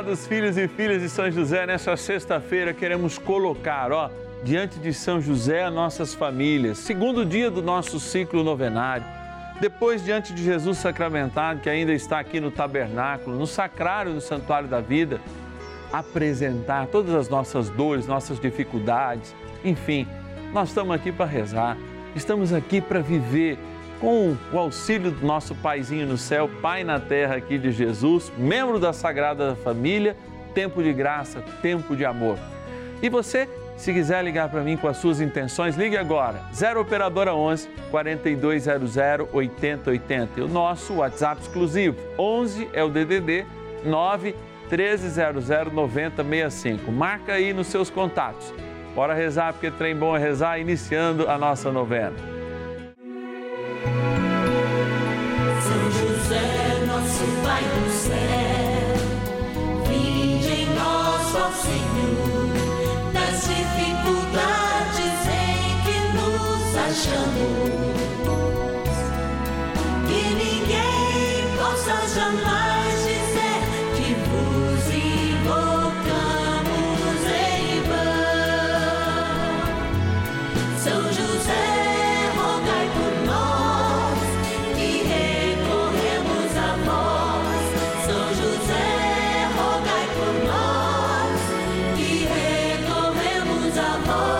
Amados filhos e filhas de São José, nessa sexta-feira queremos colocar, diante de São José as nossas famílias. Segundo dia do nosso ciclo novenário. Depois, diante de Jesus sacramentado, que ainda está aqui no tabernáculo, no sacrário do Santuário da Vida, apresentar todas as nossas dores, nossas dificuldades, enfim, nós estamos aqui para rezar, estamos aqui para viver com o auxílio do nosso Paizinho no céu, Pai na terra aqui de Jesus, membro da Sagrada Família, tempo de graça, tempo de amor. E você, se quiser ligar para mim com as suas intenções, ligue agora, 0 Operadora 11 4200 8080. E o nosso WhatsApp exclusivo, 11 é o DDD 9 1300 9065. Marca aí nos seus contatos. Bora rezar, porque trem bom é rezar, iniciando a nossa novena. São José, nosso Pai do céu, vinde em nós, ó Senhor, das dificuldades em que nos achamos, que ninguém possa jamais dizer que vos invocamos em vão. São José, rogai por nós, que recorremos a vós. São José, rogai por nós, que recorremos a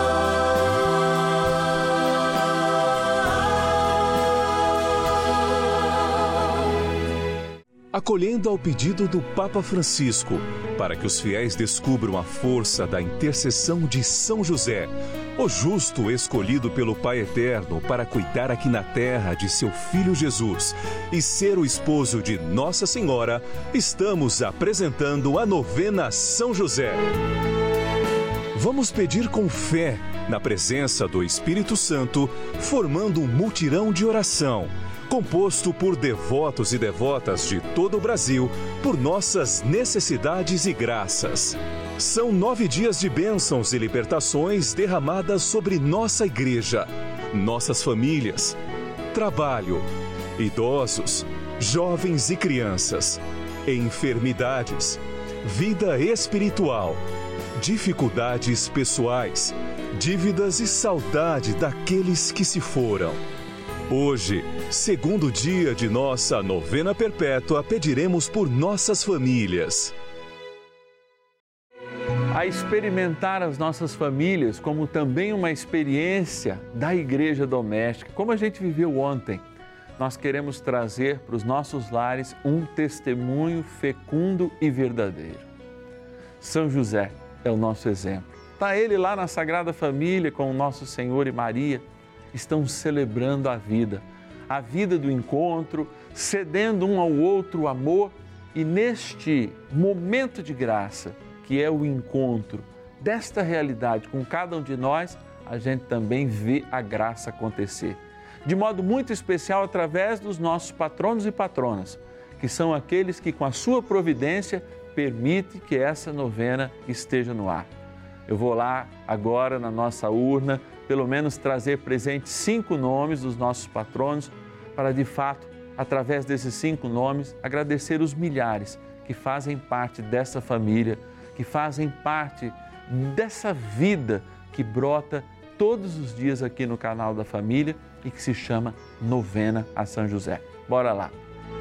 vós. Acolhendo ao pedido do Papa Francisco, para que os fiéis descubram a força da intercessão de São José, o justo escolhido pelo Pai Eterno para cuidar aqui na terra de seu Filho Jesus e ser o esposo de Nossa Senhora, estamos apresentando a novena São José. Vamos pedir com fé, na presença do Espírito Santo, formando um mutirão de oração, composto por devotos e devotas de todo o Brasil, por nossas necessidades e graças. São 9 dias de bênçãos e libertações derramadas sobre nossa igreja, nossas famílias, trabalho, idosos, jovens e crianças, enfermidades, vida espiritual, dificuldades pessoais, dívidas e saudade daqueles que se foram. Hoje, segundo dia de nossa novena perpétua, pediremos por nossas famílias. A experimentar as nossas famílias como também uma experiência da igreja doméstica, como a gente viveu ontem. Nós queremos trazer para os nossos lares um testemunho fecundo e verdadeiro. São José é o nosso exemplo. Está ele lá na Sagrada Família com o nosso Senhor e Maria, estão celebrando a vida do encontro, cedendo um ao outro o amor e neste momento de graça, que é o encontro desta realidade com cada um de nós, a gente também vê a graça acontecer. De modo muito especial através dos nossos patronos e patronas, que são aqueles que com a sua providência permite que essa novena esteja no ar. Eu vou lá agora na nossa urna, pelo menos trazer presente 5 nomes dos nossos patronos, para de fato, através desses 5 nomes, agradecer os milhares que fazem parte dessa família, que fazem parte dessa vida que brota todos os dias aqui no canal da família e que se chama Novena a São José. Bora lá!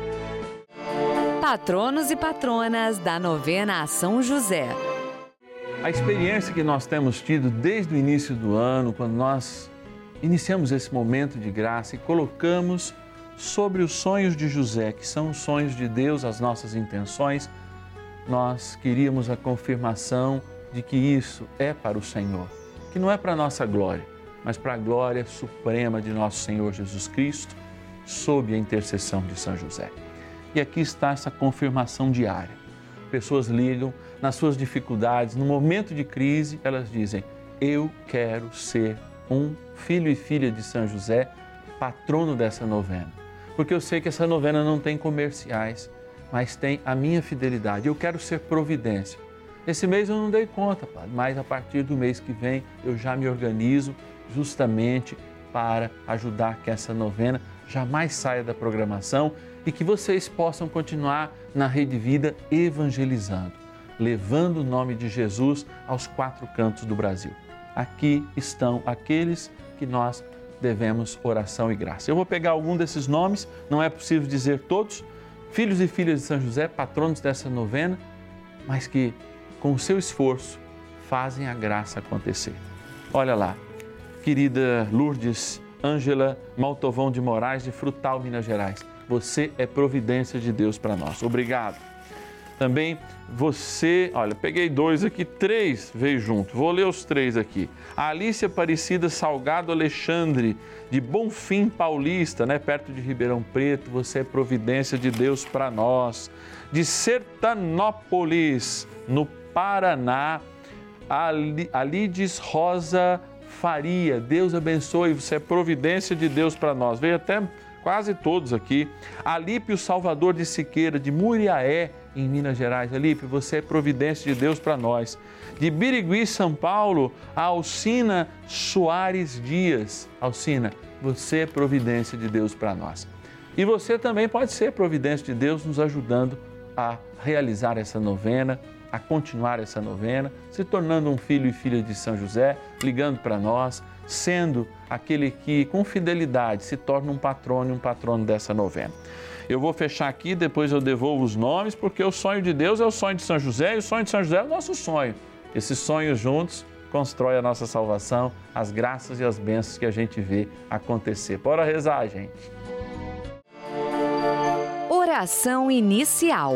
Patronos e patronas da Novena a São José. A experiência que nós temos tido desde o início do ano, quando nós iniciamos esse momento de graça e colocamos sobre os sonhos de José, que são os sonhos de Deus, as nossas intenções, nós queríamos a confirmação de que isso é para o Senhor, que não é para a nossa glória, mas para a glória suprema de nosso Senhor Jesus Cristo, sob a intercessão de São José. E aqui está essa confirmação diária. Pessoas ligam nas suas dificuldades, no momento de crise, elas dizem: eu quero ser um filho e filha de São José, patrono dessa novena. Porque eu sei que essa novena não tem comerciais, mas tem a minha fidelidade. Eu quero ser providência. Esse mês eu não dei conta, padre, mas a partir do mês que vem eu já me organizo justamente para ajudar que essa novena jamais saia da programação e que vocês possam continuar na Rede Vida evangelizando. levando o nome de Jesus aos 4 cantos do Brasil. Aqui estão aqueles que nós devemos oração e graça. Eu vou pegar algum desses nomes, não é possível dizer todos, filhos e filhas de São José, patronos dessa novena, mas que com o seu esforço fazem a graça acontecer. Olha lá, querida Lourdes Ângela Maltovão de Moraes, de Frutal, Minas Gerais. Você é providência de Deus para nós. Obrigado. Também você, olha, peguei 2 aqui, 3 veio junto. Vou ler os 3 aqui. A Alice Aparecida Salgado Alexandre, de Bonfim Paulista, né, perto de Ribeirão Preto. Você é providência de Deus para nós. De Sertanópolis, no Paraná, Alides Rosa Faria. Deus abençoe, você é providência de Deus para nós. Veio até quase todos aqui. Alípio Salvador de Siqueira, de Muriaé, em Minas Gerais. Alípio, você é providência de Deus para nós. De Birigui, São Paulo, a Alcina Soares Dias. Alcina, você é providência de Deus para nós. E você também pode ser providência de Deus nos ajudando a realizar essa novena, a continuar essa novena, se tornando um filho e filha de São José, ligando para nós, sendo aquele que com fidelidade se torna um patrono dessa novena. Eu vou fechar aqui, depois eu devolvo os nomes, porque o sonho de Deus é o sonho de São José e o sonho de São José é o nosso sonho. Esses sonhos juntos constroem a nossa salvação, as graças e as bênçãos que a gente vê acontecer. Bora rezar, gente. Oração inicial.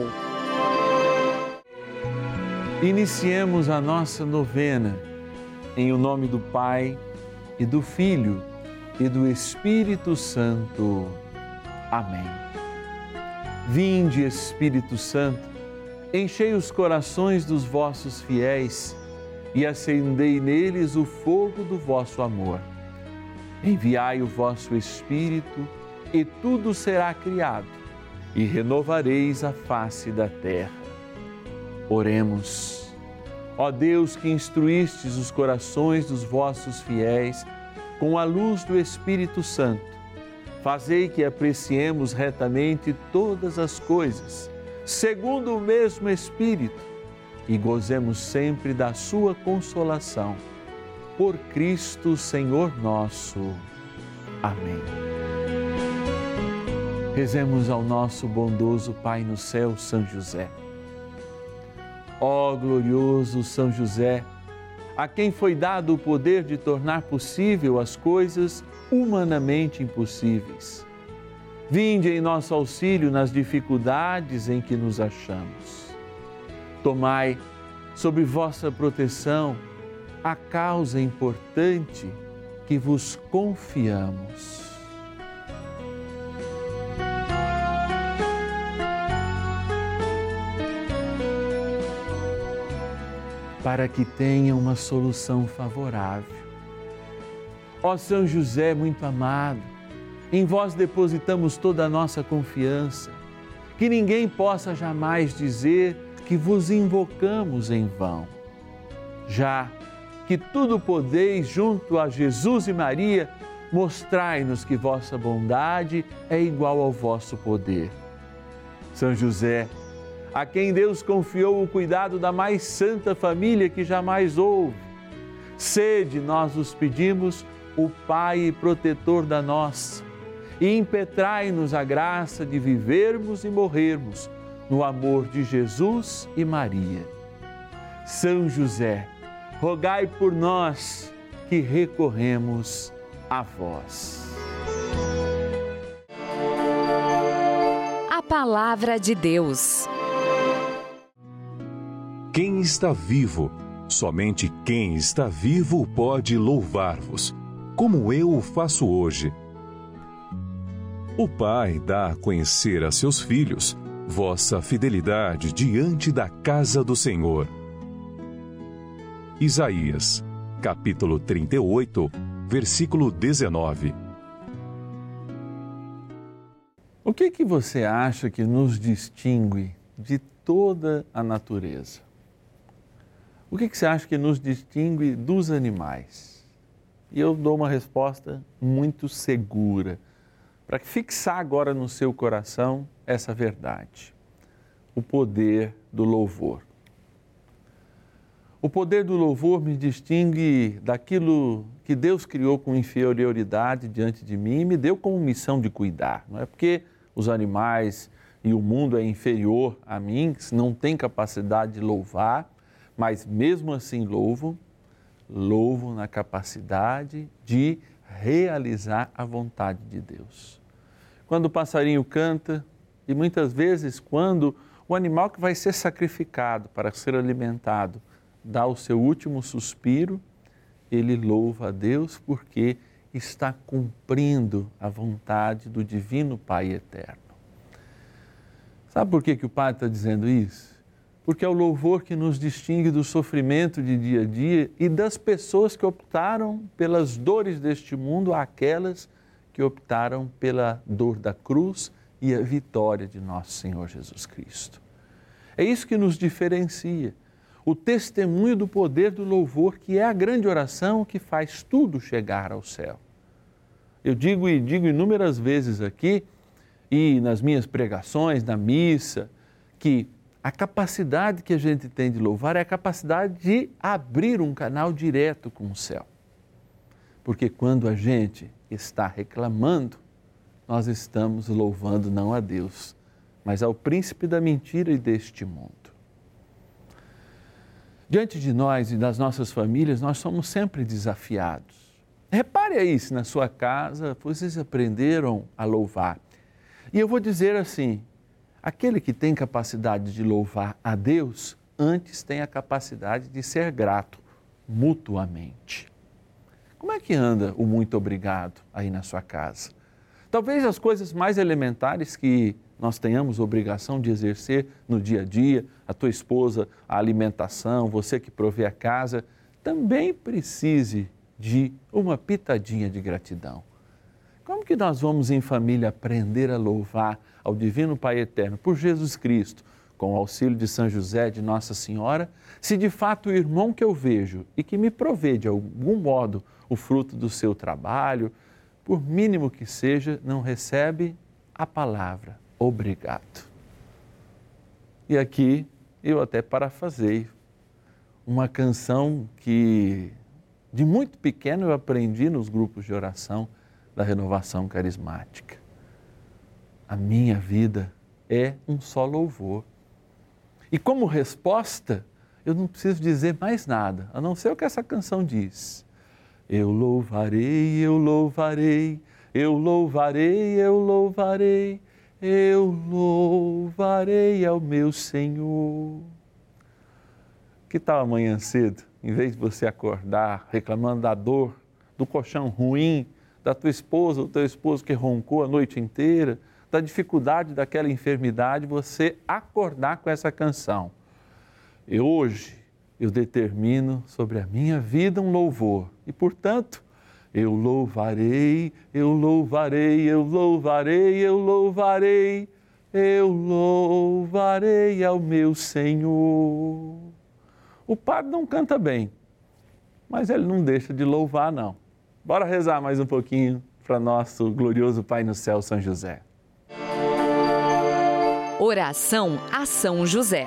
Iniciemos a nossa novena em o nome do Pai e do Filho e do Espírito Santo. Amém. Vinde, Espírito Santo, enchei os corações dos vossos fiéis e acendei neles o fogo do vosso amor. Enviai o vosso Espírito e tudo será criado e renovareis a face da terra. Oremos. Ó Deus, que instruístes os corações dos vossos fiéis com a luz do Espírito Santo, fazei que apreciemos retamente todas as coisas, segundo o mesmo Espírito, e gozemos sempre da sua consolação. Por Cristo, Senhor nosso. Amém. Rezemos ao nosso bondoso Pai no céu, São José. Ó glorioso São José, a quem foi dado o poder de tornar possível as coisas humanamente impossíveis. Vinde em nosso auxílio nas dificuldades em que nos achamos. Tomai sob vossa proteção a causa importante que vos confiamos. Para que tenha uma solução favorável. Ó São José muito amado, em vós depositamos toda a nossa confiança, que ninguém possa jamais dizer que vos invocamos em vão. Já que tudo podeis junto a Jesus e Maria, mostrai-nos que vossa bondade é igual ao vosso poder. São José, a quem Deus confiou o cuidado da mais santa família que jamais houve, sede, nós os pedimos, o Pai e protetor da nossa, e impetrai-nos a graça de vivermos e morrermos no amor de Jesus e Maria. São José, rogai por nós que recorremos a vós. A Palavra de Deus. Quem está vivo, somente quem está vivo pode louvar-vos, como eu o faço hoje. O Pai dá a conhecer a seus filhos vossa fidelidade diante da casa do Senhor. Isaías, capítulo 38, versículo 19. O que você acha que nos distingue de toda a natureza? O que você acha que nos distingue dos animais? E eu dou uma resposta muito segura, para fixar agora no seu coração essa verdade. O poder do louvor. O poder do louvor me distingue daquilo que Deus criou com inferioridade diante de mim e me deu como missão de cuidar. Não é porque os animais e o mundo é inferior a mim, não tem capacidade de louvar, mas mesmo assim louvo na capacidade de realizar a vontade de Deus. Quando o passarinho canta e muitas vezes quando o animal que vai ser sacrificado para ser alimentado dá o seu último suspiro, ele louva a Deus porque está cumprindo a vontade do Divino Pai Eterno. Sabe por que o Padre está dizendo isso? Porque é o louvor que nos distingue do sofrimento de dia a dia e das pessoas que optaram pelas dores deste mundo àquelas que optaram pela dor da cruz e a vitória de nosso Senhor Jesus Cristo. É isso que nos diferencia. O testemunho do poder do louvor, que é a grande oração que faz tudo chegar ao céu. Eu digo inúmeras vezes aqui e nas minhas pregações, na missa, que a capacidade que a gente tem de louvar é a capacidade de abrir um canal direto com o céu. Porque quando a gente está reclamando, nós estamos louvando não a Deus, mas ao príncipe da mentira e deste mundo. Diante de nós e das nossas famílias, nós somos sempre desafiados. Repare aí se na sua casa vocês aprenderam a louvar. E eu vou dizer assim, aquele que tem capacidade de louvar a Deus, antes tem a capacidade de ser grato mutuamente. Como é que anda o muito obrigado aí na sua casa? Talvez as coisas mais elementares que nós tenhamos obrigação de exercer no dia a dia, a tua esposa, a alimentação, você que provê a casa, também precise de uma pitadinha de gratidão. Como que nós vamos em família aprender a louvar ao Divino Pai Eterno por Jesus Cristo, com o auxílio de São José, de Nossa Senhora, se de fato o irmão que eu vejo e que me provê de algum modo o fruto do seu trabalho, por mínimo que seja, não recebe a palavra obrigado. E aqui eu até parafrasei uma canção que de muito pequeno eu aprendi nos grupos de oração da Renovação Carismática. A minha vida é um só louvor. E como resposta, eu não preciso dizer mais nada, a não ser o que essa canção diz. Eu louvarei, eu louvarei, eu louvarei, eu louvarei, eu louvarei ao meu Senhor. Que tal amanhã cedo, em vez de você acordar reclamando da dor, do colchão ruim, da tua esposa ou teu esposo que roncou a noite inteira, da dificuldade daquela enfermidade, você acordar com essa canção. E hoje eu determino sobre a minha vida um louvor e, portanto, eu louvarei, eu louvarei, eu louvarei, eu louvarei, eu louvarei ao meu Senhor. O padre não canta bem, mas ele não deixa de louvar, não. Bora rezar mais um pouquinho para nosso glorioso Pai no céu, São José. Oração a São José.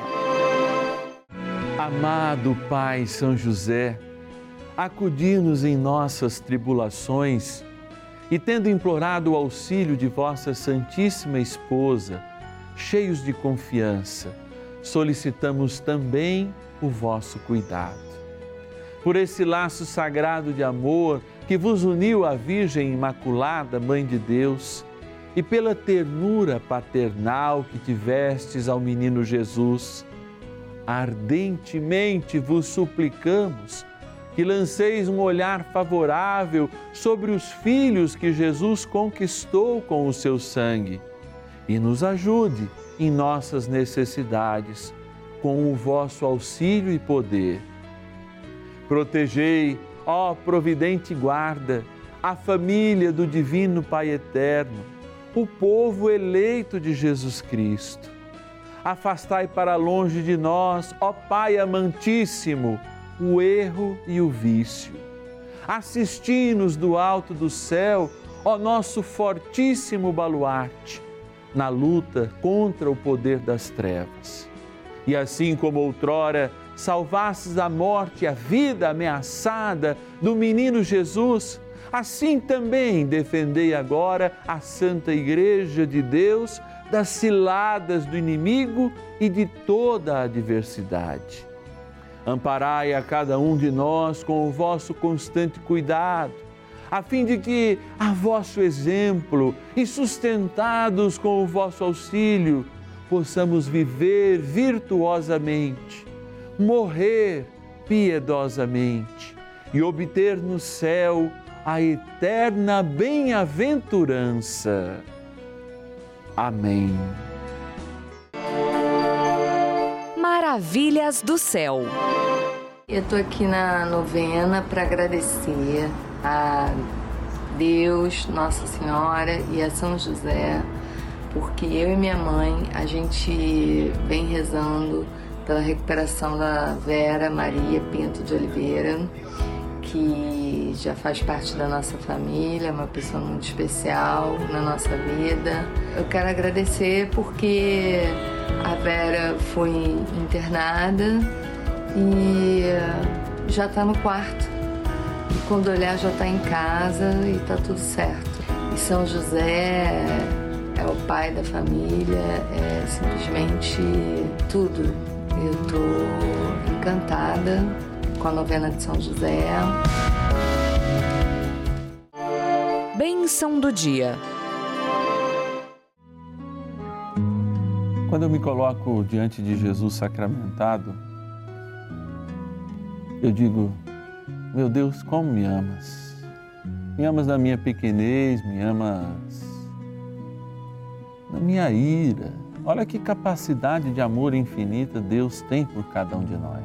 Amado Pai São José, acudi-nos em nossas tribulações e, tendo implorado o auxílio de vossa Santíssima Esposa, cheios de confiança, solicitamos também o vosso cuidado. Por esse laço sagrado de amor que vos uniu à Virgem Imaculada, Mãe de Deus, e pela ternura paternal que tivestes ao menino Jesus, ardentemente vos suplicamos que lanceis um olhar favorável sobre os filhos que Jesus conquistou com o seu sangue e nos ajude em nossas necessidades com o vosso auxílio e poder. Protegei, ó providente guarda, a família do Divino Pai Eterno, o povo eleito de Jesus Cristo. Afastai para longe de nós, ó Pai amantíssimo, o erro e o vício. Assisti-nos do alto do céu, ó nosso fortíssimo baluarte, na luta contra o poder das trevas. E assim como outrora salvastes da morte e a vida ameaçada do menino Jesus, assim também defendei agora a Santa Igreja de Deus das ciladas do inimigo e de toda a adversidade. Amparai a cada um de nós com o vosso constante cuidado, a fim de que, a vosso exemplo e sustentados com o vosso auxílio, possamos viver virtuosamente, morrer piedosamente e obter no céu a eterna bem-aventurança. Amém. Maravilhas do céu. Eu estou aqui na novena para agradecer a Deus, Nossa Senhora e a São José, porque eu e minha mãe, a gente vem rezando pela recuperação da Vera Maria Pinto de Oliveira, que já faz parte da nossa família, uma pessoa muito especial na nossa vida. Eu quero agradecer porque a Vera foi internada e já está no quarto. E quando olhar já está em casa e está tudo certo. E São José é o pai da família, é simplesmente tudo. Eu estou encantada com a novena de São José. Bênção do dia. Quando eu me coloco diante de Jesus sacramentado, eu digo: meu Deus, como me amas. Me amas na minha pequenez, me amas na minha ira. Olha que capacidade de amor infinita Deus tem por cada um de nós.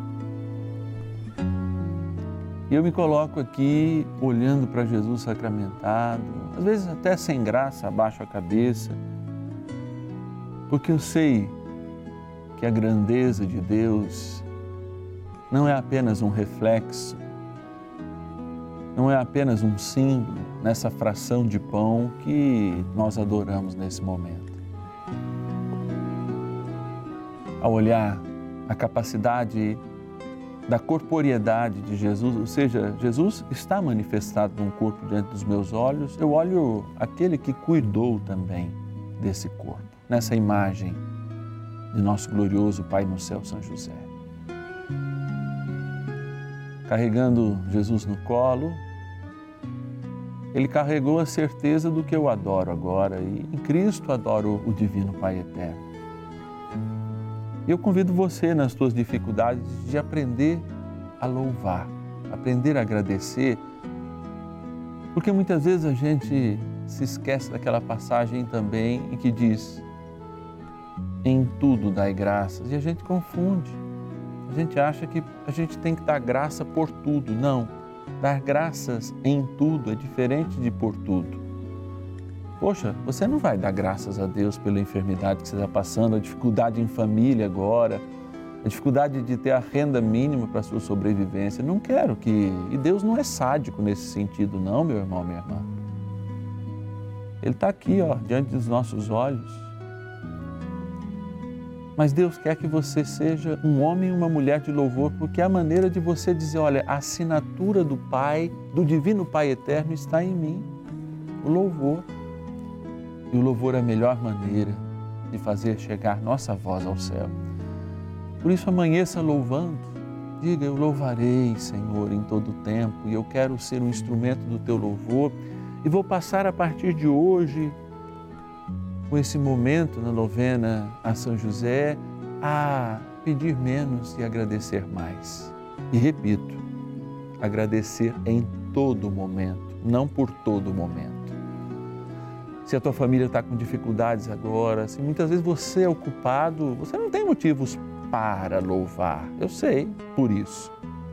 E eu me coloco aqui olhando para Jesus sacramentado, às vezes até sem graça, abaixo a cabeça, porque eu sei que a grandeza de Deus não é apenas um reflexo, não é apenas um símbolo nessa fração de pão que nós adoramos nesse momento. Ao olhar a capacidade da corporeidade de Jesus, ou seja, Jesus está manifestado num corpo diante dos meus olhos, eu olho aquele que cuidou também desse corpo, nessa imagem de nosso glorioso Pai no céu, São José. Carregando Jesus no colo, ele carregou a certeza do que eu adoro agora e em Cristo adoro o Divino Pai Eterno. E eu convido você, nas suas dificuldades, de aprender a louvar, aprender a agradecer, porque muitas vezes a gente se esquece daquela passagem também em que diz: em tudo dai graças, e a gente confunde. A gente acha que a gente tem que dar graça por tudo. Não, dar graças em tudo é diferente de por tudo. Poxa, você não vai dar graças a Deus pela enfermidade que você está passando, a dificuldade em família agora, a dificuldade de ter a renda mínima para a sua sobrevivência. Não quero que... E Deus não é sádico nesse sentido, não, meu irmão, minha irmã. Ele está aqui, ó, diante dos nossos olhos. Mas Deus quer que você seja um homem e uma mulher de louvor, porque é a maneira de você dizer: olha, a assinatura do Pai, do Divino Pai Eterno está em mim, o louvor. E o louvor é a melhor maneira de fazer chegar nossa voz ao céu. Por isso, amanheça louvando. Diga: eu louvarei, Senhor, em todo o tempo, e eu quero ser um instrumento do teu louvor. E vou passar a partir de hoje, com esse momento na novena a São José, a pedir menos e agradecer mais. E repito, agradecer em todo momento, não por todo momento. Se a tua família está com dificuldades agora, se muitas vezes você é ocupado, você não tem motivos para louvar. Eu sei por isso.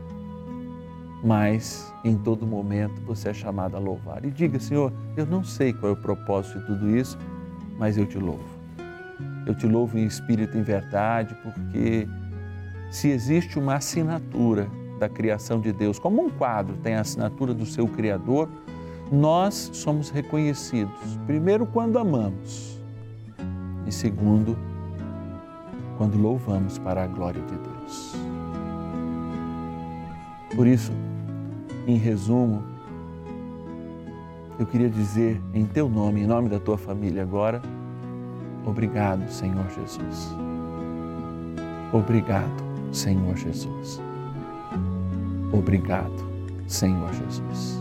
Mas em todo momento você é chamado a louvar. E diga: Senhor, eu não sei qual é o propósito de tudo isso, mas eu te louvo. Eu te louvo em espírito e em verdade, porque se existe uma assinatura da criação de Deus, como um quadro tem a assinatura do seu Criador, nós somos reconhecidos, primeiro, quando amamos, e segundo, quando louvamos para a glória de Deus. Por isso, em resumo, eu queria dizer em teu nome, em nome da tua família agora, obrigado, Senhor Jesus. Obrigado, Senhor Jesus. Obrigado, Senhor Jesus.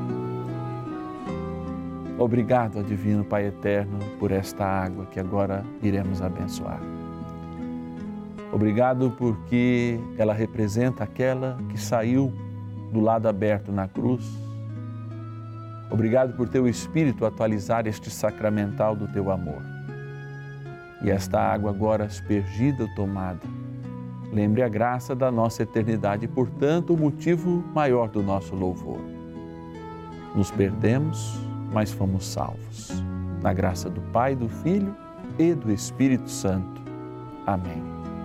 Obrigado, Divino Pai Eterno, por esta água que agora iremos abençoar. Obrigado porque ela representa aquela que saiu do lado aberto na cruz. Obrigado por teu Espírito atualizar este sacramental do teu amor. E esta água agora aspergida ou tomada, lembre a graça da nossa eternidade e, portanto, o motivo maior do nosso louvor. Nos perdemos, mas fomos salvos. Na graça do Pai, do Filho e do Espírito Santo. Amém.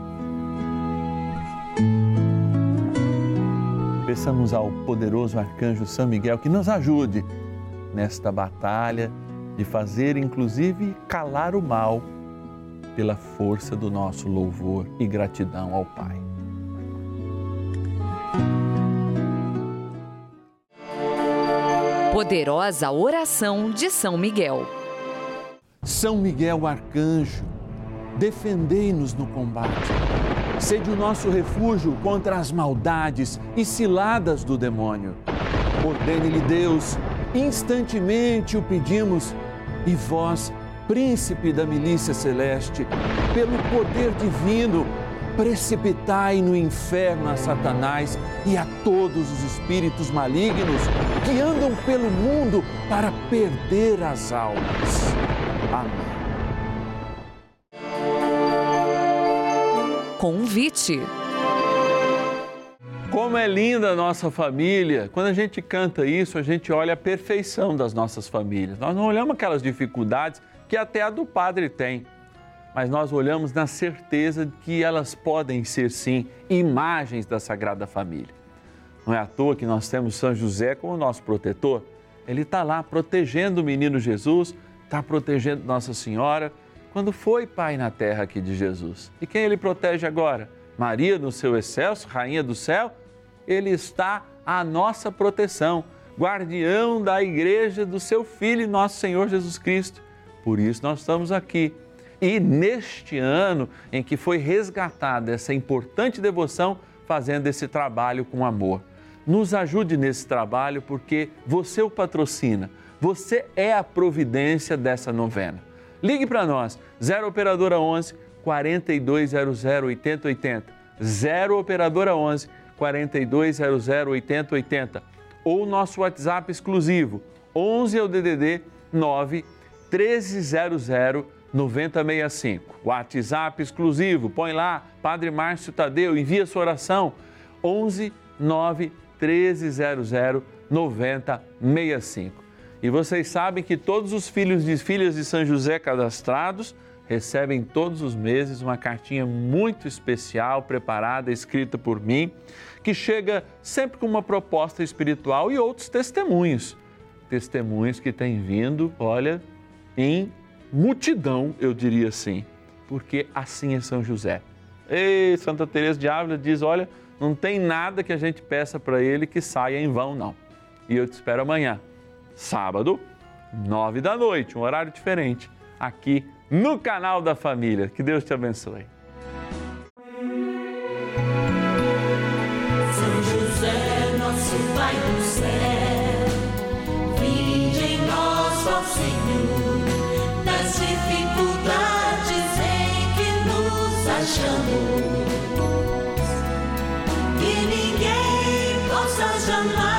Peçamos ao poderoso arcanjo São Miguel que nos ajude nesta batalha de fazer, inclusive, calar o mal pela força do nosso louvor e gratidão ao Pai. Poderosa oração de São Miguel. São Miguel Arcanjo, defendei-nos no combate. Sede o nosso refúgio contra as maldades e ciladas do demônio. Ordene-lhe Deus, instantemente o pedimos, e vós, príncipe da milícia celeste, pelo poder divino, precipitai no inferno a Satanás e a todos os espíritos malignos que andam pelo mundo para perder as almas. Amém. Convite. Como é linda a nossa família. Quando a gente canta isso, a gente olha a perfeição das nossas famílias. Nós não olhamos aquelas dificuldades que até a do padre tem, mas nós olhamos na certeza de que elas podem ser, sim, imagens da Sagrada Família. Não é à toa que nós temos São José como nosso protetor. Ele está lá protegendo o menino Jesus, está protegendo Nossa Senhora, quando foi pai na terra aqui de Jesus. E quem ele protege agora? Maria, no seu excelso, rainha do céu, ele está à nossa proteção, guardião da igreja do seu Filho, nosso Senhor Jesus Cristo. Por isso nós estamos aqui. E neste ano em que foi resgatada essa importante devoção, fazendo esse trabalho com amor. Nos ajude nesse trabalho porque você o patrocina, você é a providência dessa novena. Ligue para nós, 0 Operadora 11 4200 8080, 0 Operadora 11 4200 8080, ou nosso WhatsApp exclusivo, 11 é o DDD 9 1300 9065. WhatsApp exclusivo, põe lá, Padre Márcio Tadeu, envia sua oração, 11 9 1300 9065. E vocês sabem que todos os filhos e filhas de São José cadastrados recebem todos os meses uma cartinha muito especial, preparada, escrita por mim, que chega sempre com uma proposta espiritual e outros testemunhos. Testemunhos que têm vindo, olha, em multidão, eu diria assim, porque assim é São José. E Santa Teresa de Ávila diz, olha, não tem nada que a gente peça para ele que saia em vão, não. E eu te espero amanhã, sábado, 9 da noite, um horário diferente, aqui no canal da Família. Que Deus te abençoe. São José, nosso Pai do céu, vinde em nós, ó Senhor, das dificuldades em que nos achamos, que ninguém possa jamais